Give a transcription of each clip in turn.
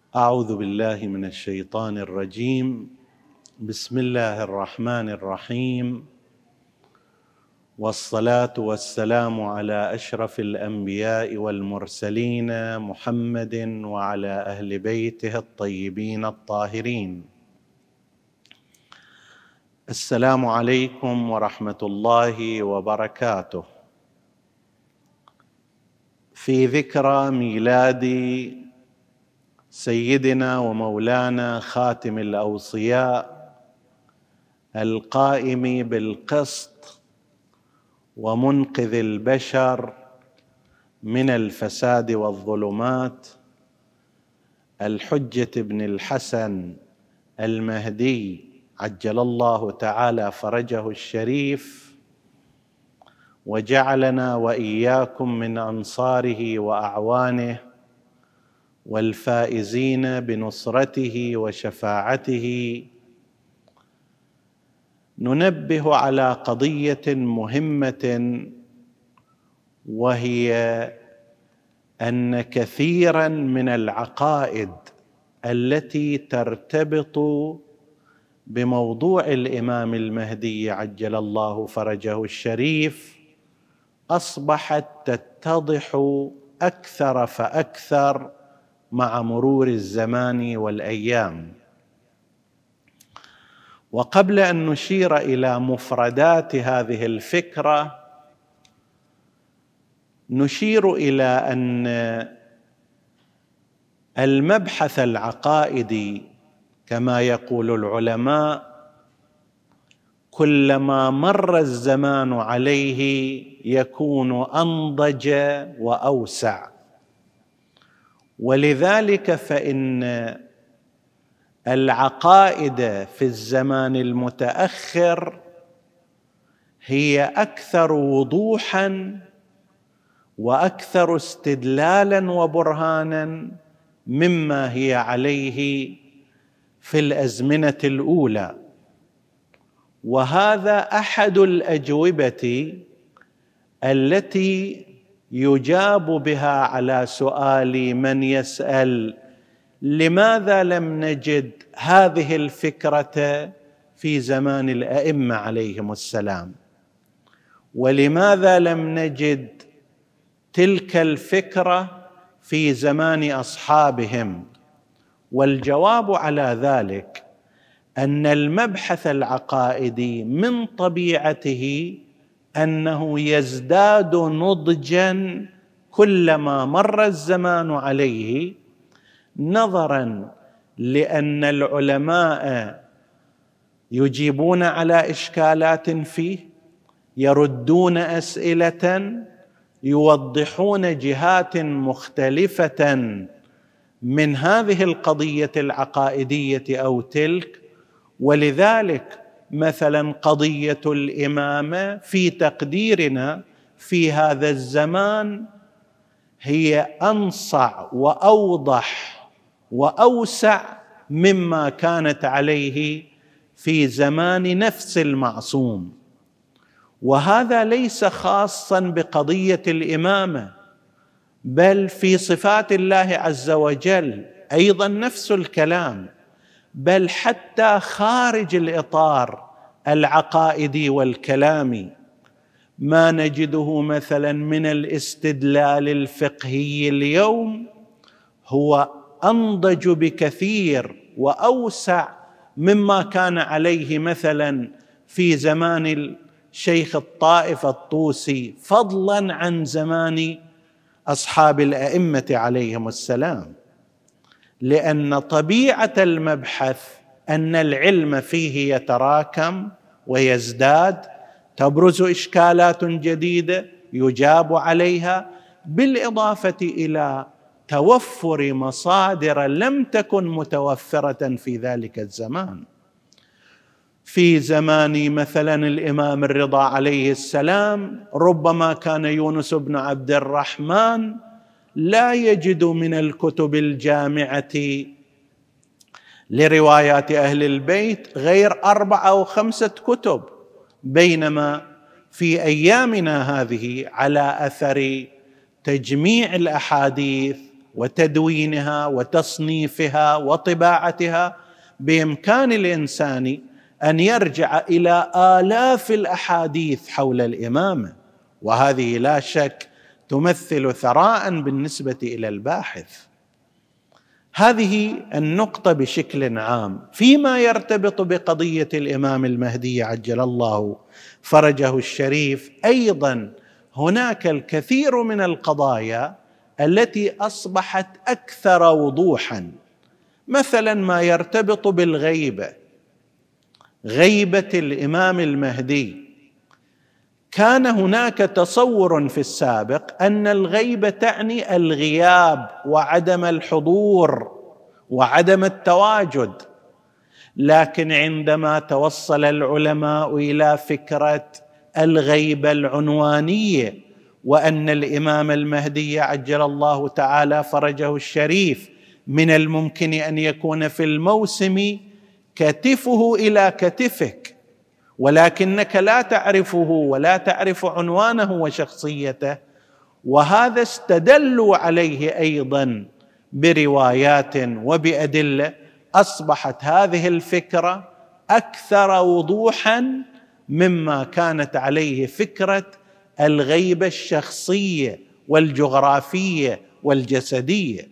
أعوذ بالله من الشيطان الرجيم. بسم الله الرحمن الرحيم، والصلاة والسلام على أشرف الأنبياء والمرسلين محمد وعلى أهل بيته الطيبين الطاهرين. السلام عليكم ورحمة الله وبركاته. في ذكرى ميلاد سيدنا ومولانا خاتم الأوصياء القائم بالقسط ومنقذ البشر من الفساد والظلمات، الحجة بن الحسن المهدي عجل الله تعالى فرجه الشريف، وجعلنا وإياكم من أنصاره وأعوانه والفائزين بنصرته وشفاعته. ننبه على قضية مهمة، وهي أن كثيرا من العقائد التي ترتبط بموضوع الإمام المهدي عجل الله فرجه الشريف أصبحت تتضح أكثر فأكثر مع مرور الزمان والأيام. وقبل أن نشير إلى مفردات هذه الفكرة، نشير إلى أن المبحث العقائدي كما يقول العلماء كلما مر الزمان عليه يكون أنضج وأوسع، ولذلك فإن العقائد في الزمان المتأخر هي أكثر وضوحا وأكثر استدلالا وبرهانا مما هي عليه في الأزمنة الأولى. وهذا أحد الأجوبة التي يجاب بها على سؤال من يسأل: لماذا لم نجد هذه الفكرة في زمان الأئمة عليهم السلام؟ ولماذا لم نجد تلك الفكرة في زمان أصحابهم؟ والجواب على ذلك أن المبحث العقائدي من طبيعته أنه يزداد نضجا كلما مر الزمان عليه، نظرا لأن العلماء يجيبون على إشكالات فيه، يردون أسئلة، يوضحون جهات مختلفة من هذه القضية العقائدية أو تلك. ولذلك مثلا قضية الإمامة في تقديرنا في هذا الزمان هي أنصع وأوضح وأوسع مما كانت عليه في زمان نفس المعصوم. وهذا ليس خاصا بقضية الإمامة، بل في صفات الله عز وجل أيضا نفس الكلام، بل حتى خارج الإطار العقائدي والكلامي ما نجده مثلا من الاستدلال الفقهي اليوم هو أنضج بكثير وأوسع مما كان عليه مثلا في زمان الشيخ الطائفة الطوسي، فضلا عن زمان أصحاب الأئمة عليهم السلام. لأن طبيعة المبحث أن العلم فيه يتراكم ويزداد، تبرز إشكالات جديدة يجاب عليها، بالإضافة إلى توفر مصادر لم تكن متوفرة في ذلك الزمان. في زمان مثلا الإمام الرضا عليه السلام ربما كان يونس بن عبد الرحمن لا يجد من الكتب الجامعة لروايات أهل البيت غير 4 أو 5 كتب، بينما في أيامنا هذه على أثر تجميع الأحاديث وتدوينها وتصنيفها وطباعتها، بإمكان الإنسان أن يرجع إلى آلاف الأحاديث حول الإمامة، وهذه لا شك تمثل ثراء بالنسبة إلى الباحث. هذه النقطة بشكل عام. فيما يرتبط بقضية الإمام المهدي عجل الله فرجه الشريف، أيضا هناك الكثير من القضايا التي أصبحت أكثر وضوحا، مثلا ما يرتبط بالغيبة، غيبة الإمام المهدي. كان هناك تصور في السابق أن الغيبة تعني الغياب وعدم الحضور وعدم التواجد، لكن عندما توصل العلماء إلى فكرة الغيبة العنوانية، وأن الإمام المهدي عجل الله تعالى فرجه الشريف من الممكن أن يكون في الموسم كتفه إلى كتفك، ولكنك لا تعرفه ولا تعرف عنوانه وشخصيته، وهذا استدلوا عليه أيضا بروايات وبأدلة، أصبحت هذه الفكرة أكثر وضوحا مما كانت عليه فكرة الغيبة الشخصية والجغرافية والجسدية.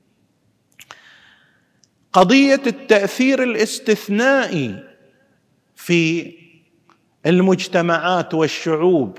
قضية التأثير الاستثنائي في المجتمعات والشعوب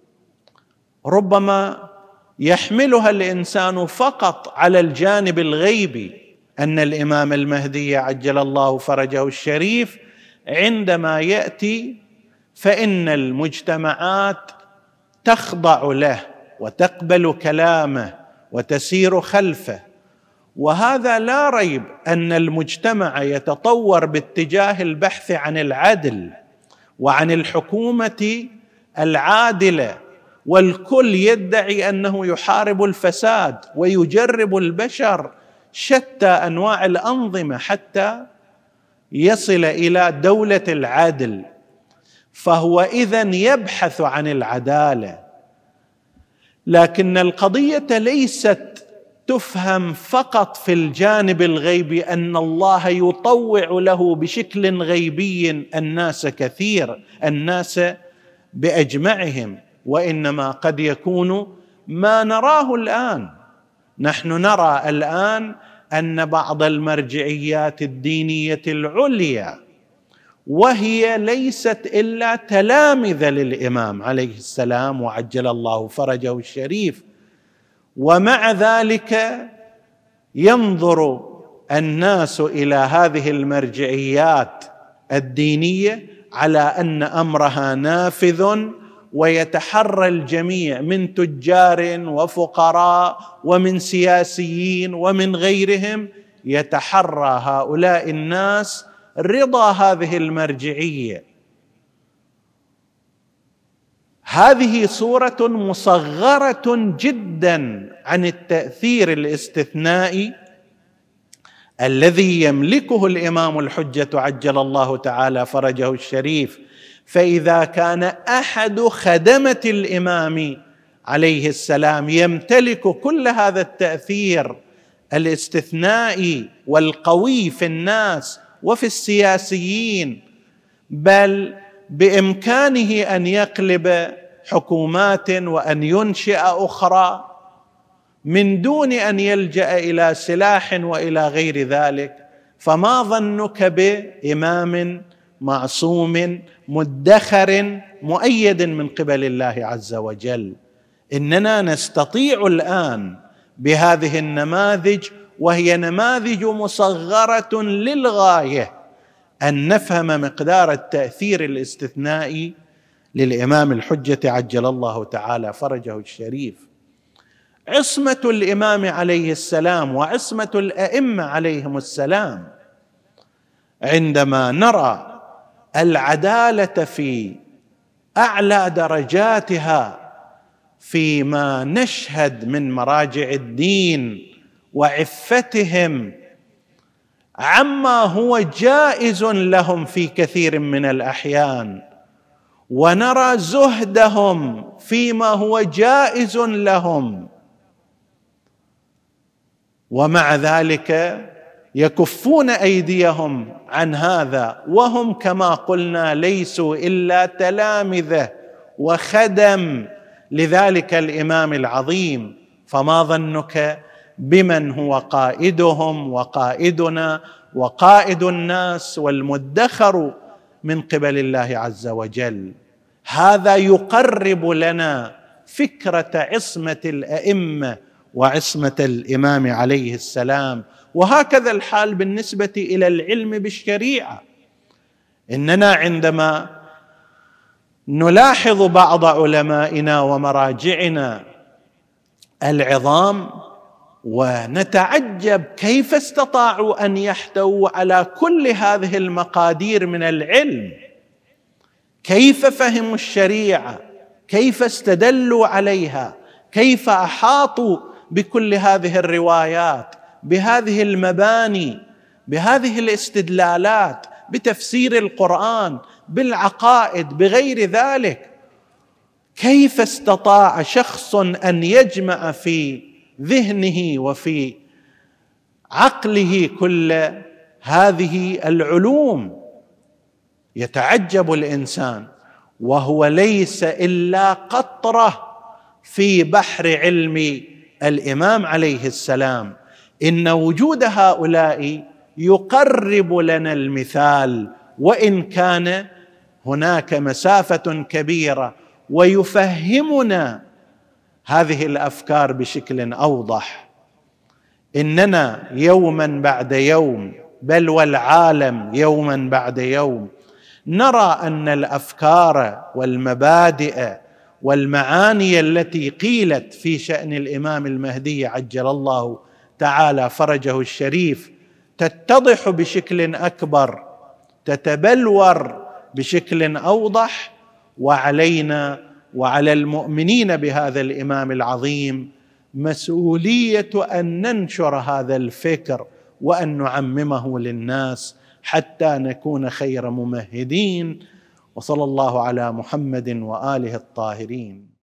ربما يحملها الإنسان فقط على الجانب الغيبي، أن الإمام المهدي عجل الله فرجه الشريف عندما يأتي فإن المجتمعات تخضع له وتقبل كلامه وتسير خلفه، وهذا لا ريب أن المجتمع يتطور باتجاه البحث عن العدل وعن الحكومة العادلة، والكل يدعي أنه يحارب الفساد ويجرب البشر شتى أنواع الأنظمة حتى يصل إلى دولة العدل، فهو إذن يبحث عن العدالة. لكن القضية ليست تفهم فقط في الجانب الغيبي أن الله يطوع له بشكل غيبي الناس بأجمعهم، وإنما قد يكون ما نراه الآن. نحن نرى الآن أن بعض المرجعيات الدينية العليا، وهي ليست إلا تلامذة للإمام عليه السلام وعجل الله فرجه الشريف، ومع ذلك ينظر الناس إلى هذه المرجعيات الدينية على أن أمرها نافذ، ويتحرى الجميع من تجار وفقراء ومن سياسيين ومن غيرهم، يتحرى هؤلاء الناس رضا هذه المرجعية. هذه صورة مصغرة جدا عن التأثير الاستثنائي الذي يملكه الإمام الحجة عجل الله تعالى فرجه الشريف. فإذا كان أحد خدمة الإمام عليه السلام يمتلك كل هذا التأثير الاستثنائي والقوي في الناس وفي السياسيين، بل بإمكانه أن يقلب حكومات وأن ينشئ أخرى من دون أن يلجأ إلى سلاح وإلى غير ذلك، فما ظنك بإمام معصوم مدخر مؤيد من قبل الله عز وجل؟ إننا نستطيع الآن بهذه النماذج، وهي نماذج مصغرة للغاية، أن نفهم مقدار التأثير الاستثنائي للإمام الحجة عجل الله تعالى فرجه الشريف. عصمة الإمام عليه السلام وعصمة الأئمة عليهم السلام، عندما نرى العدالة في أعلى درجاتها فيما نشهد من مراجع الدين وعفتهم عما هو جائز لهم في كثير من الأحيان، ونرى زهدهم فيما هو جائز لهم، ومع ذلك يكفون أيديهم عن هذا، وهم كما قلنا ليسوا إلا تلامذة وخدم لذلك الإمام العظيم. فما ظنك بمن هو قائدهم وقائدنا وقائد الناس والمدخر من قبل الله عز وجل؟ هذا يقرب لنا فكرة عصمة الأئمة وعصمة الإمام عليه السلام. وهكذا الحال بالنسبة إلى العلم بالشريعة. إننا عندما نلاحظ بعض علمائنا ومراجعنا العظام ونتعجب كيف استطاعوا أن يحتووا على كل هذه المقادير من العلم، كيف فهموا الشريعة، كيف استدلوا عليها، كيف أحاطوا بكل هذه الروايات، بهذه المباني، بهذه الاستدلالات، بتفسير القرآن، بالعقائد، بغير ذلك. كيف استطاع شخص أن يجمع في ذهنه وفي عقله كل هذه العلوم؟ يتعجب الإنسان، وهو ليس إلا قطرة في بحر علم الإمام عليه السلام. إن وجود هؤلاء يقرب لنا المثال، وإن كان هناك مسافة كبيرة، ويفهمنا هذه الأفكار بشكل أوضح. إننا يوما بعد يوم، بل والعالم يوما بعد يوم، نرى أن الأفكار والمبادئ والمعاني التي قيلت في شأن الإمام المهدي عجل الله تعالى فرجه الشريف تتضح بشكل أكبر، تتبلور بشكل أوضح. وعلينا وعلى المؤمنين بهذا الإمام العظيم مسؤولية أن ننشر هذا الفكر وأن نعممه للناس حتى نكون خير ممهدين. وصلى الله على محمد وآله الطاهرين.